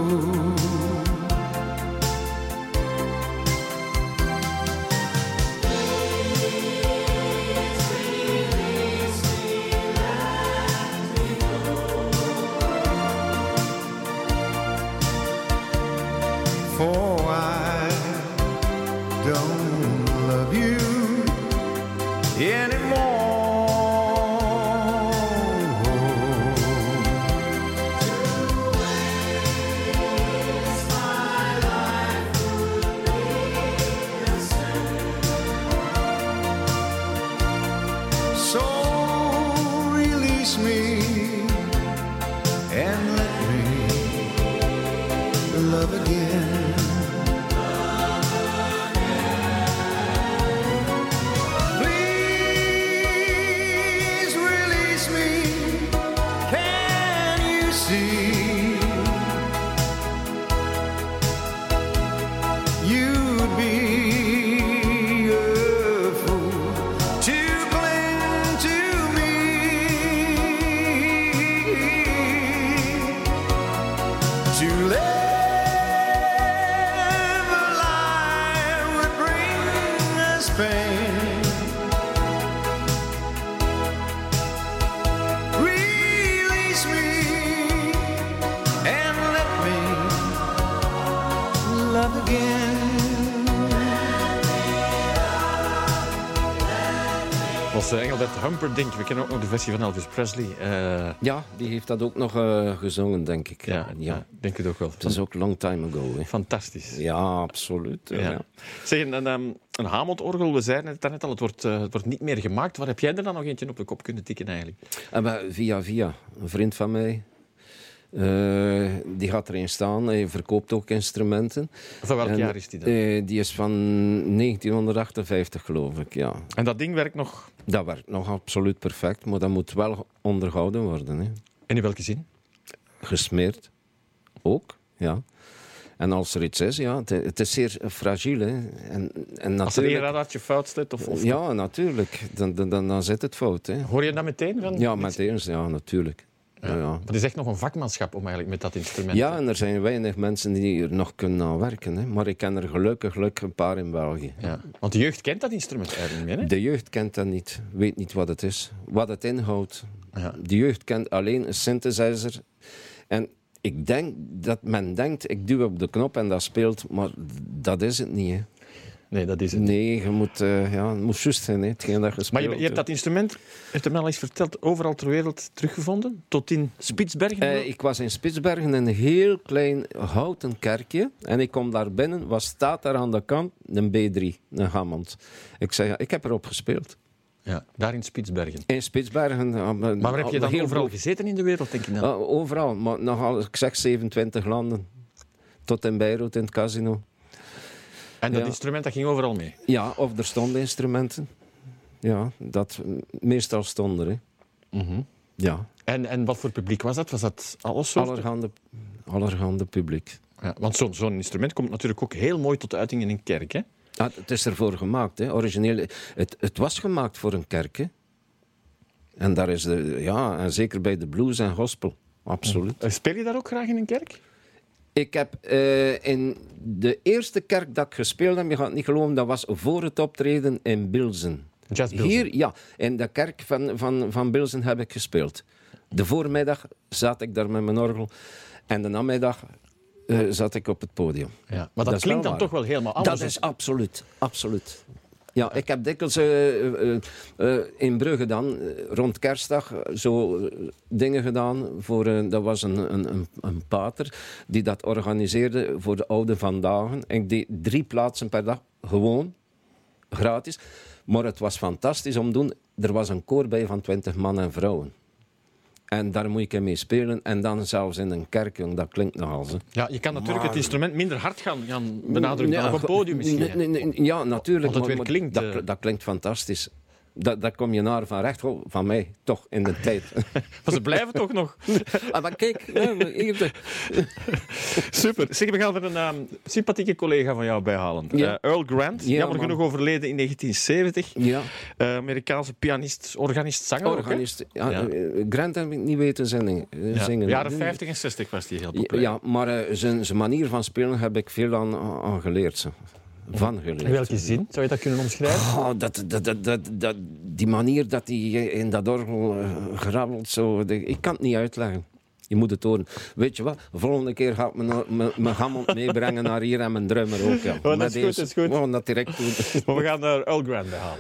For I don't love you anymore. release me and let me love again. Please release me. Can you see? You'd be a fool to cling to me. To live a lie would bring us pain. Release me and let me love again. Was uh, Engelbert Humperdinck. We kennen ook nog de versie van Elvis Presley. Uh, Ja, die heeft dat ook nog uh, gezongen, denk ik. ja, ja, ik denk het ook wel. Het is ook long time ago. Hè. Fantastisch. Ja, absoluut. Ja. Ja. Zeg, een, um, een Hammond-orgel, we zeiden het daarnet al, het wordt, uh, het wordt niet meer gemaakt. Waar heb jij er dan nog eentje op de kop kunnen tikken eigenlijk? En we- via via, een vriend van mij, uh, die gaat erin staan. Hij verkoopt ook instrumenten. Van welk En, jaar is die dan? uh, die is van negentienhonderdachtenvijftig, geloof ik, ja. En dat ding werkt nog... Dat werkt nog absoluut perfect, maar dat moet wel onderhouden worden. Hè. En in welke zin? Gesmeerd, ook, ja. En als er iets is, ja, het, het is zeer fragiel. Hè. En, en Als er een natuurlijk, radartje fout staat? Of, of ja, natuurlijk. Dan, dan, dan, dan zit het fout. Hè. Hoor je dat meteen? Van Ja, meteen, ja, natuurlijk. Ja. Ja, ja. Maar het is echt nog een vakmanschap om eigenlijk met dat instrument... Ja, en er zijn weinig mensen die er nog kunnen aan werken. Hè. Maar ik ken er gelukkig, gelukkig een paar in België. Ja. Want de jeugd kent dat instrument eigenlijk niet meer, hè? De jeugd kent dat niet, weet niet wat het is, wat het inhoudt. Ja. De jeugd kent alleen een synthesizer. En ik denk dat men denkt, ik duw op de knop en dat speelt, maar dat is het niet. Hè. Nee, dat is het. Nee, je moet, uh, ja, het moet juist zijn, hè, hetgeen dat je Maar speelt. je, je hebt dat instrument, heeft hem al eens verteld, overal ter wereld teruggevonden? Tot in Spitsbergen? Uh, ik was in Spitsbergen in een heel klein houten kerkje. En ik kom daar binnen. Wat staat daar aan de kant? Een B drie, een Hammond. Ik zei, ja, ik heb erop gespeeld. Ja, daar in Spitsbergen. In Spitsbergen. uh, Maar waar heb je dan heel overal groot. gezeten in de wereld, denk ik dan? Uh, overal, maar nogal, ik zeg zevenentwintig landen. Tot in Beirut, in het casino. En dat ja. instrument dat ging overal mee? Ja, of er stonden instrumenten. Ja, dat meestal stonden er. Hè. Ja, En, en wat voor publiek was dat? Was dat alles soorten? allerhande, allerhande publiek. Ja, want zo'n zo'n instrument komt natuurlijk ook heel mooi tot uiting in een kerk, hè? Ah, het is ervoor gemaakt, hè. Origineel. Het, het was gemaakt voor een kerk, hè. En daar is de, ja, en zeker bij de blues en gospel, absoluut. Uh, Speel je daar ook graag in een kerk? Ik heb uh, in de eerste kerk dat ik gespeeld heb, je gaat het niet geloven, dat was voor het optreden in Bilzen. Jazz Bilzen. Hier, ja, in de kerk van, van, van Bilzen heb ik gespeeld. De voormiddag zat ik daar met mijn orgel en de namiddag uh, zat ik op het podium. Ja. Maar dat, Dat is klinkt wel dan waar. toch wel helemaal anders. Dat is absoluut, absoluut. Ja, ik heb dikwijls uh, uh, uh, in Brugge dan, uh, rond kerstdag, uh, zo uh, dingen gedaan. Voor, uh, dat was een, een, een, een pater die dat organiseerde voor de oude vandaag. Ik deed drie plaatsen per dag, gewoon, gratis. Maar het was fantastisch om te doen. Er was een koor bij van twintig man en vrouwen. En daar moet ik mee spelen. En dan zelfs in een kerk, jong, dat klinkt nogal. Hè. Ja, je kan natuurlijk Maar- het instrument minder hard gaan, gaan benadrukken dan op een ge- podium misschien. nee, nee, nee, ja, natuurlijk. Want het maar- weer maar klinkt, Dat, eh. dat klinkt fantastisch. Dat, dat kom je naar van recht, oh, van mij, toch, in de tijd. Maar ze blijven toch nog. Ah, maar kijk, ja, maar hier, Super. Zeg, we gaan er een um, sympathieke collega van jou bijhalen. Ja. Uh, Earl Grant, Ja, jammer man. genoeg overleden in negentien zeventig. ja, Uh, Amerikaanse pianist, organist, zanger ook, hè? organist. Ja, Ja. eh, Grant heb ik niet weten zingen. eh, Ja, zingen. jaren vijftig en zestig was die heel populair. Ja, maar eh, zijn, zijn manier van spelen heb ik veel aan, aan geleerd. Zo. Van geleerd. In welke zin zou je dat kunnen omschrijven? Oh, dat, dat, dat, dat, dat, die manier dat hij in dat orgel uh, grabbelt, zo, de, ik kan het niet uitleggen. Je moet het horen. Weet je wat? De volgende keer ga ik mijn, mijn, mijn Hammond meebrengen naar hier en mijn drummer ook. Ja. dat Met is goed, deze- dat is goed. We gaan dat direct doen. Maar we gaan naar Earl Grant bijhalen.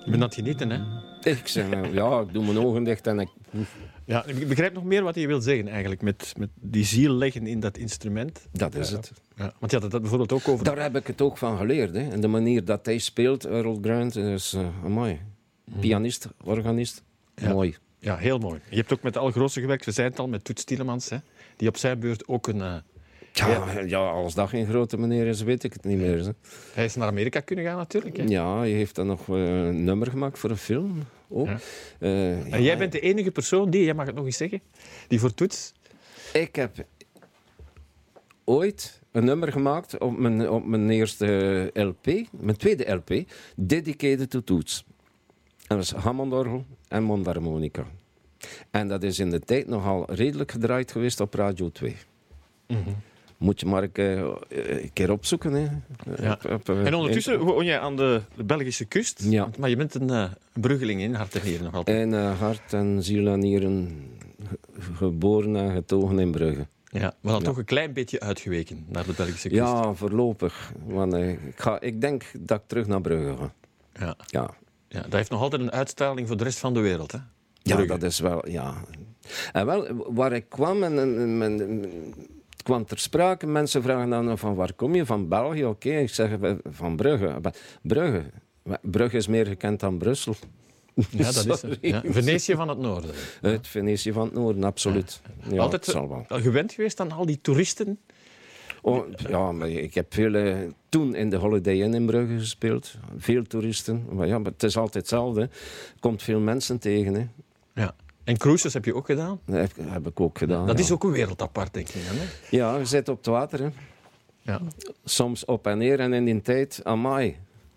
Je bent aan het genieten, hè? Ik zeg, nou, ja, ik doe mijn ogen dicht en ik... Ja, ik begrijp nog meer wat je wil zeggen eigenlijk, met, met die ziel leggen in dat instrument. Dat is Ja. het. Ja, want je had het dat bijvoorbeeld ook over... Daar heb ik het ook van geleerd. Hè. En de manier dat hij speelt, Earl Grant, is uh, mooi. Pianist, organist, Ja. mooi. Ja, heel mooi. Je hebt ook met de allergrootste gewerkt, we zeiden het al, met Toets Tielemans, hè, die op zijn beurt ook een... Uh, Ja, ja, als dat geen grote meneer is, weet ik het niet meer. Hè. hij is naar Amerika kunnen gaan natuurlijk. Hè. Ja, hij heeft dan nog uh, een nummer gemaakt voor een film. Ook. Ja. Uh, En ja, jij bent de enige persoon die, jij mag het nog eens zeggen, die voor Toets... Ik heb ooit een nummer gemaakt op mijn, op mijn eerste L P, mijn tweede L P, Dedicated to Toots. En dat is Hammondorgel en mondharmonica. En dat is in de tijd nogal redelijk gedraaid geweest op Radio twee. Mm-hmm. Moet je maar een keer, een keer opzoeken. Hè. Ja. Op- op, uh, En ondertussen in- woon jij aan de, de Belgische kust, Ja. maar je bent een uh, bruggeling in hart en nieren nog altijd. in uh, hart en ziel en nieren ge- geboren en getogen in Brugge. Ja, maar dan Ja. toch een klein beetje uitgeweken naar de Belgische kust. Ja, voorlopig. Want, uh, ik, ga, ik denk dat ik terug naar Brugge ga. Ja. Ja. Ja, dat heeft nog altijd een uitstraling voor de rest van de wereld. Hè? Ja, Brugge. dat is wel, ja. En wel, waar ik kwam, en, en, en- en- het kwam ter sprake, mensen vragen dan van waar kom je? Van België, oké. Ik zeg van Brugge. Maar Brugge. Brugge is meer gekend dan Brussel. Ja, dat is het. Sorry. Ja. Venetië van het noorden. Het Venetië van het Noorden, absoluut. Ja, Altijd het zal wel. al gewend geweest aan al die toeristen. Oh, ja, maar ik heb veel, eh, toen in de Holiday Inn in Brugge gespeeld. Veel toeristen. Maar ja, maar het is altijd hetzelfde. Er komt veel mensen tegen. Hè. Ja. En cruises heb je ook gedaan. Dat heb, heb ik ook gedaan. Dat ja. is ook een wereld apart, denk ik. Hè? Ja, je zit op het water. Hè. Ja. Soms op en neer en in die tijd, amai.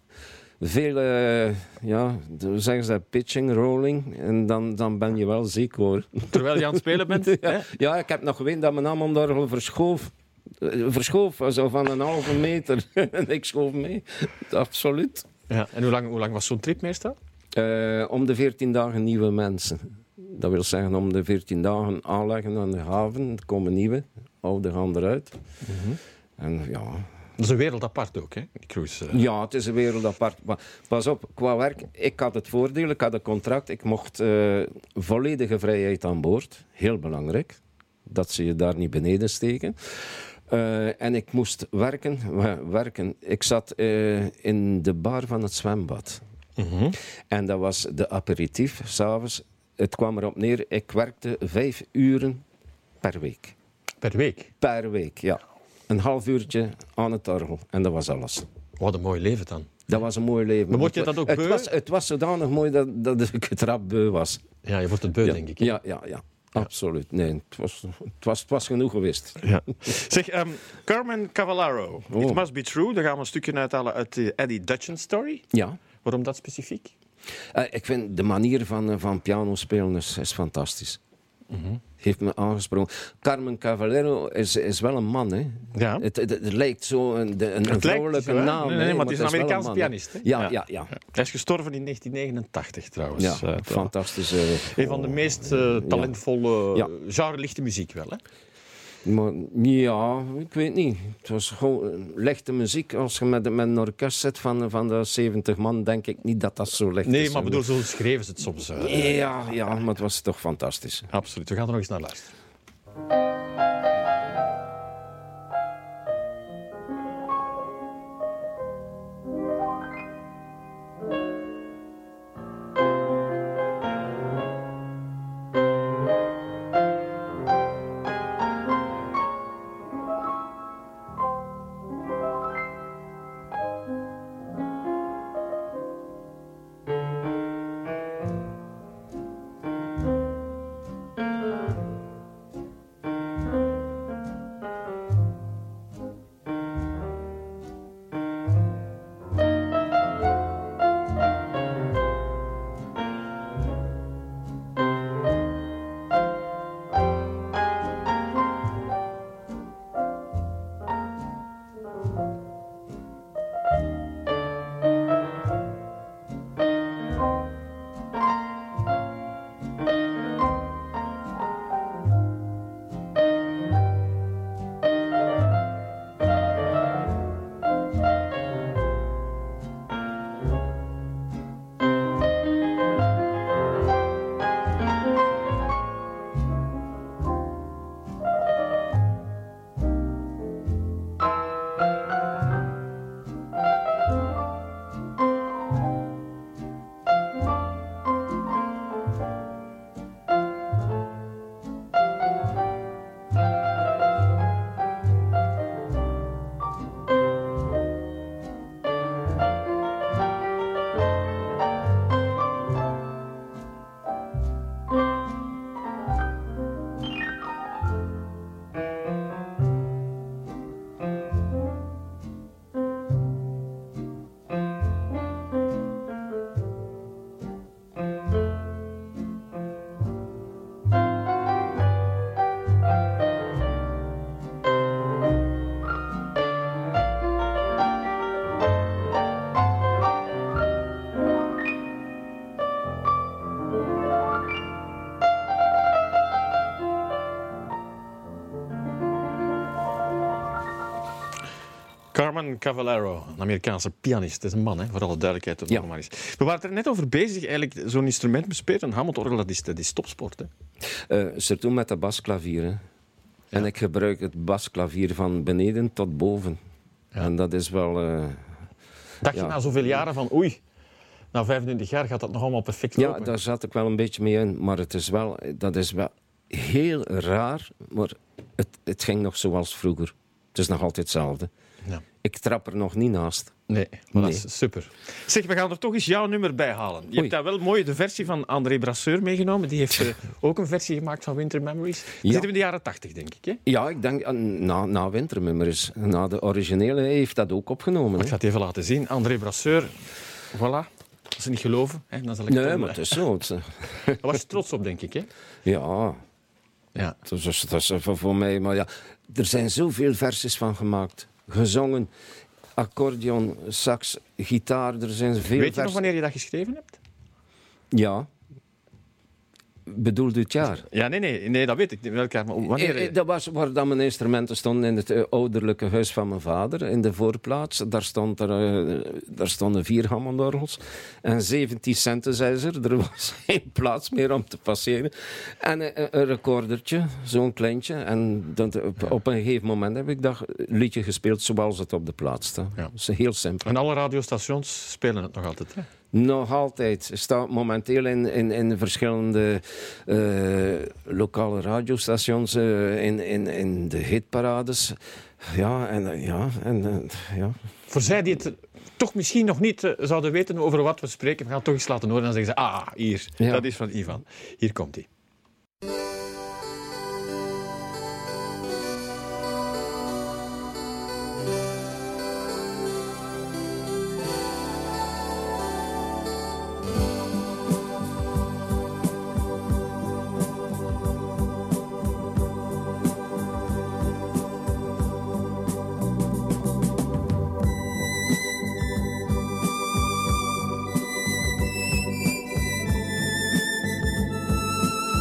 Veel, eh, ja, hoe zeggen ze dat, pitching, rolling. En dan, dan ben je wel ziek, hoor. Terwijl je aan het spelen bent. Hè? Ja, ik heb nog geweten dat mijn Hammondorgel verschoof. Eh, Verschoof, zo van een halve meter. En ik schoof mee. Absoluut. Ja. En hoe lang, hoe lang was zo'n trip meestal? Eh, om de veertien dagen nieuwe mensen. Dat wil zeggen, om de veertien dagen aanleggen aan de haven. Er komen nieuwe, oude gaan eruit. En ja... Dat is een wereld apart ook, hè? Die cruise. eh. Ja, het is een wereld apart. Maar pas op, qua werk, ik had het voordeel, ik had een contract. Ik mocht eh, volledige vrijheid aan boord. Heel belangrijk. Dat ze je daar niet beneden steken. Eh, en ik moest werken. wa- werken. Ik zat eh, in de bar van het zwembad. Mhm. En dat was de aperitief, s'avonds. Het kwam erop neer, ik werkte vijf uren per week. Per week. Per week, ja. Een half uurtje aan het orgel. En dat was alles. Wat een mooi leven dan. Dat was een mooi leven. Maar word je dat ook het beu? Was, het was zodanig mooi dat, dat ik het rap beu was. Ja, je wordt het beu, ja, denk ik. hè? Ja, ja, ja. Absoluut. Nee, het was, het was, het was genoeg geweest. Ja. Zeg, ehm, Carmen Cavallaro. Oh. It Must Be True. Daar gaan we een stukje uithalen uit de Eddie Dutchen story. Ja. Waarom dat specifiek? Eh, ik vind de manier van, eh, van piano spelen is, is fantastisch. Heeft me aangesproken. Carmen Cavallero is, is wel een man, hè. Ja. Het, het, het lijkt zo een, de- een, een lijkt vrouwelijke zo, hè? naam. Nee, nee, hè, maar het is een wel Amerikaanse man, hè. pianist, hè? Ja, Ja. ja, ja. Hij is gestorven in negentien negenentachtig trouwens. Ja, Eh, fantastisch. eh, Een van de meest eh, talentvolle Ja. genre lichte muziek wel, hè? Maar ja, ik weet niet. Het was gewoon eh, lichte muziek. Als je met, met een orkest zit van, van de zeventig man, denk ik niet dat dat zo licht is. Nee, maar bedoel, zo schreven ze het soms. eh. Ja, ja, maar het was toch fantastisch. Absoluut. We gaan er nog eens naar luisteren. Carmen Cavallaro, een Amerikaanse pianist. Het is een man, hè, voor alle duidelijkheid. Dat Ja. nog maar is. We waren er net over bezig, eigenlijk zo'n instrument bespelen. Een Hammond-orgel, dat is, dat is topsport. Hè. Uh, surtout met de basklavier. Hè. En ik gebruik het basklavier van beneden tot boven. Ja. En dat is wel... Uh, Dacht je ja. na zoveel jaren van oei, na vijfentwintig jaar gaat dat nog allemaal perfect Ja, lopen? daar zat ik wel een beetje mee in. Maar het is wel, dat is wel heel raar. Maar het, het ging nog zoals vroeger. Het is nog altijd hetzelfde. Ja. Ik trap er nog niet naast. Nee, maar Nee. dat is super. Zeg, we gaan er toch eens jouw nummer bij halen. Je Oei. hebt daar wel mooi de versie van André Brasseur meegenomen. Die heeft uh, ook een versie gemaakt van Winter Memories. We Ja. zitten in de jaren tachtig, denk ik. Hè? Ja, ik denk uh, na, na Wintermemories. Na de originele heeft dat ook opgenomen. Ik Hè. ga het even laten zien. André Brasseur, voilà. Als ze niet geloven, hè, dan zal ik Nee, het maar het is zo. Het, uh, Daar was je trots op, denk ik. Hè? ja, Ja. dat is, dat is voor, voor mij. Maar ja, er zijn zoveel versies van gemaakt. Gezongen, accordeon, sax, gitaar. Er zijn veel Weet je nog versies. wanneer je dat geschreven hebt? Ja. Bedoel dit jaar? Ja, nee, nee, nee dat weet ik. Welk jaar, maar wanneer... Eh, eh, Dat was waar dan mijn instrumenten stonden in het eh, ouderlijke huis van mijn vader, in de voorplaats. Daar, stond er, eh, daar stonden vier Hammondorgels en zeventien synthesizer. Er was geen plaats meer om te passeren. En eh, een recordertje, zo'n kleintje. En dat, op, op een gegeven moment heb ik dat liedje gespeeld zoals het op de plaats staat. Ja. Dat is heel simpel. En alle radiostations spelen het nog altijd. Hè? Nog altijd. Het staat momenteel in, in, in verschillende uh, lokale radiostations, uh, in, in, in de hitparades. Ja, en uh, ja, en uh, ja. Voor zij die het toch misschien nog niet uh, zouden weten over wat we spreken, we gaan het toch eens laten horen en dan zeggen ze, ah, hier, Ja. dat is van Ivan. Hier komt hij. Thank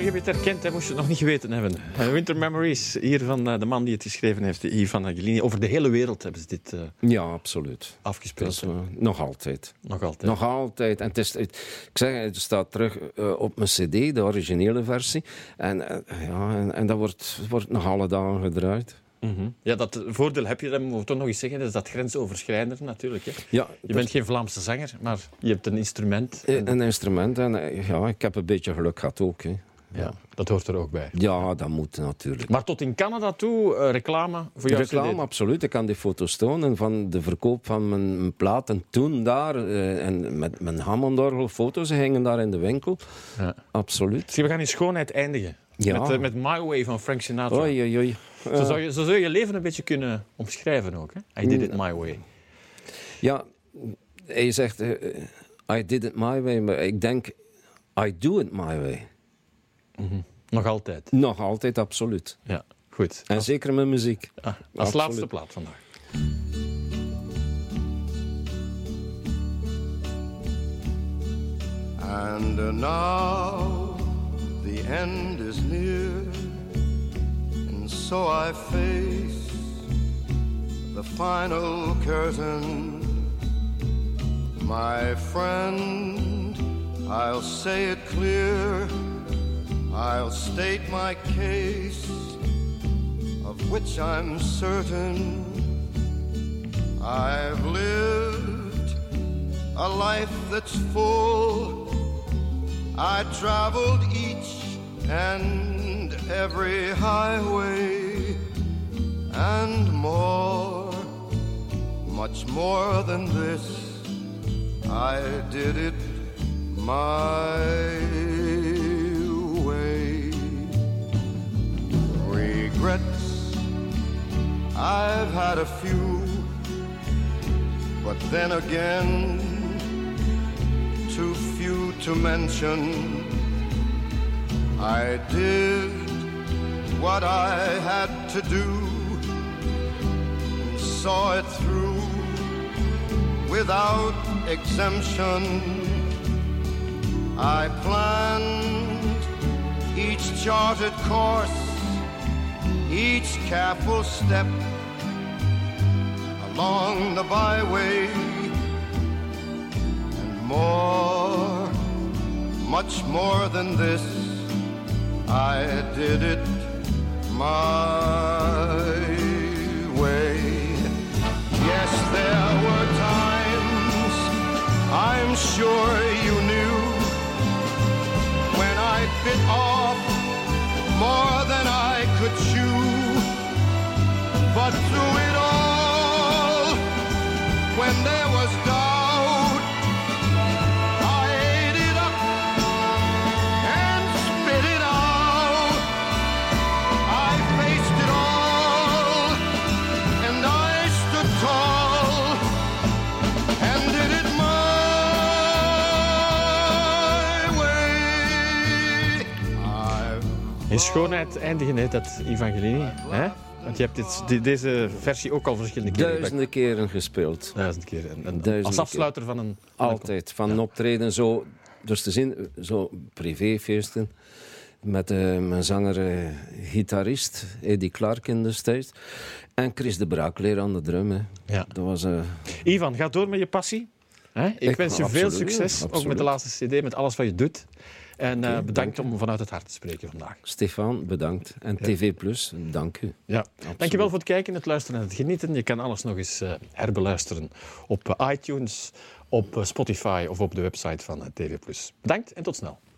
je hebt het herkend, hè, moest je het nog niet geweten hebben. Uh, Winter Memories, hier van uh, de man die het geschreven heeft, Ivan Angelini. Over de hele wereld hebben ze dit uh, Ja, absoluut. afgespeeld. Dat is, uh, nog altijd. Nog altijd. Nog altijd. En het is, het, ik zeg, het staat terug uh, op mijn cd, de originele versie. En, uh, ja, en, en dat wordt, wordt nog alle dagen gedraaid. Mm-hmm. Ja, dat voordeel heb je, dat moet ik toch nog eens zeggen, dat is dat grensoverschrijdende natuurlijk. Hè. Ja, Je bent geen Vlaamse zanger, maar je hebt een instrument. En... Een instrument. En uh, ja, ik heb een beetje geluk gehad ook. Hè. Ja, dat hoort er ook bij. Ja, dat moet natuurlijk. Maar tot in Canada toe, uh, reclame voor jouw Reclame, C D? absoluut. Ik kan die foto's tonen van de verkoop van mijn, mijn platen toen daar. Uh, en met mijn Hammondorgel foto's hingen daar in de winkel. Ja. Absoluut. Dus we gaan in schoonheid eindigen. Ja. Met, uh, met My Way van Frank Sinatra. Oei, oei, oei. Uh, Zo, zou je, zo zou je je leven een beetje kunnen omschrijven ook. Hè? I did it my way. Ja, je zegt, uh, I did it my way. Maar ik denk, I do it my way. Mm-hmm. Nog altijd. Nog altijd, absoluut. Ja, goed. En als, zeker met muziek. ah, als Absoluut. laatste plaat vandaag. And uh, now the end is near, and so I face the final curtain. My friend, I'll say it clear, I'll state my case, of which I'm certain. I've lived a life that's full. I traveled each and every highway, and more, much more than this, I did it my way. Regrets, I've had a few, but then again, too few to mention. I did what I had to do and saw it through without exemption. I planned each charted course, each careful step along the byway, and more, much more than this, I did it my way. Yes, there were times, I'm sure you knew, when I bit off more than I could chew. But through it all, when there was doubt, I ate it up and spit it out. I faced it all, and I stood tall and did it my way. I've In schoonheid eindigen heet dat Evangelini. Hè? Want je hebt dit, die, deze versie ook al verschillende keren. Duizenden keren gespeeld. Duizend keer. En, en Duizenden als afsluiter van een... Altijd. Van een optreden zo, dus te zien, zo privéfeesten. Met uh, mijn zanger, uh, gitarist, Eddie Clark in destijds. En Chris de Braakleer aan de drum. Hè. Ja. Dat was... Uh, Ivan, ga door met je passie. Hè? Ik, Ik- wens je absoluut, veel succes, ook absoluut. met de laatste cd, met alles wat je doet. En uh, Oké, bedankt dank u. om vanuit het hart te spreken vandaag. Stefan, bedankt. En T V Plus, dank u. Ja. Dankjewel voor het kijken, het luisteren en het genieten. Je kan alles nog eens uh, herbeluisteren op uh, iTunes, op uh, Spotify of op de website van uh, T V Plus. Bedankt en tot snel.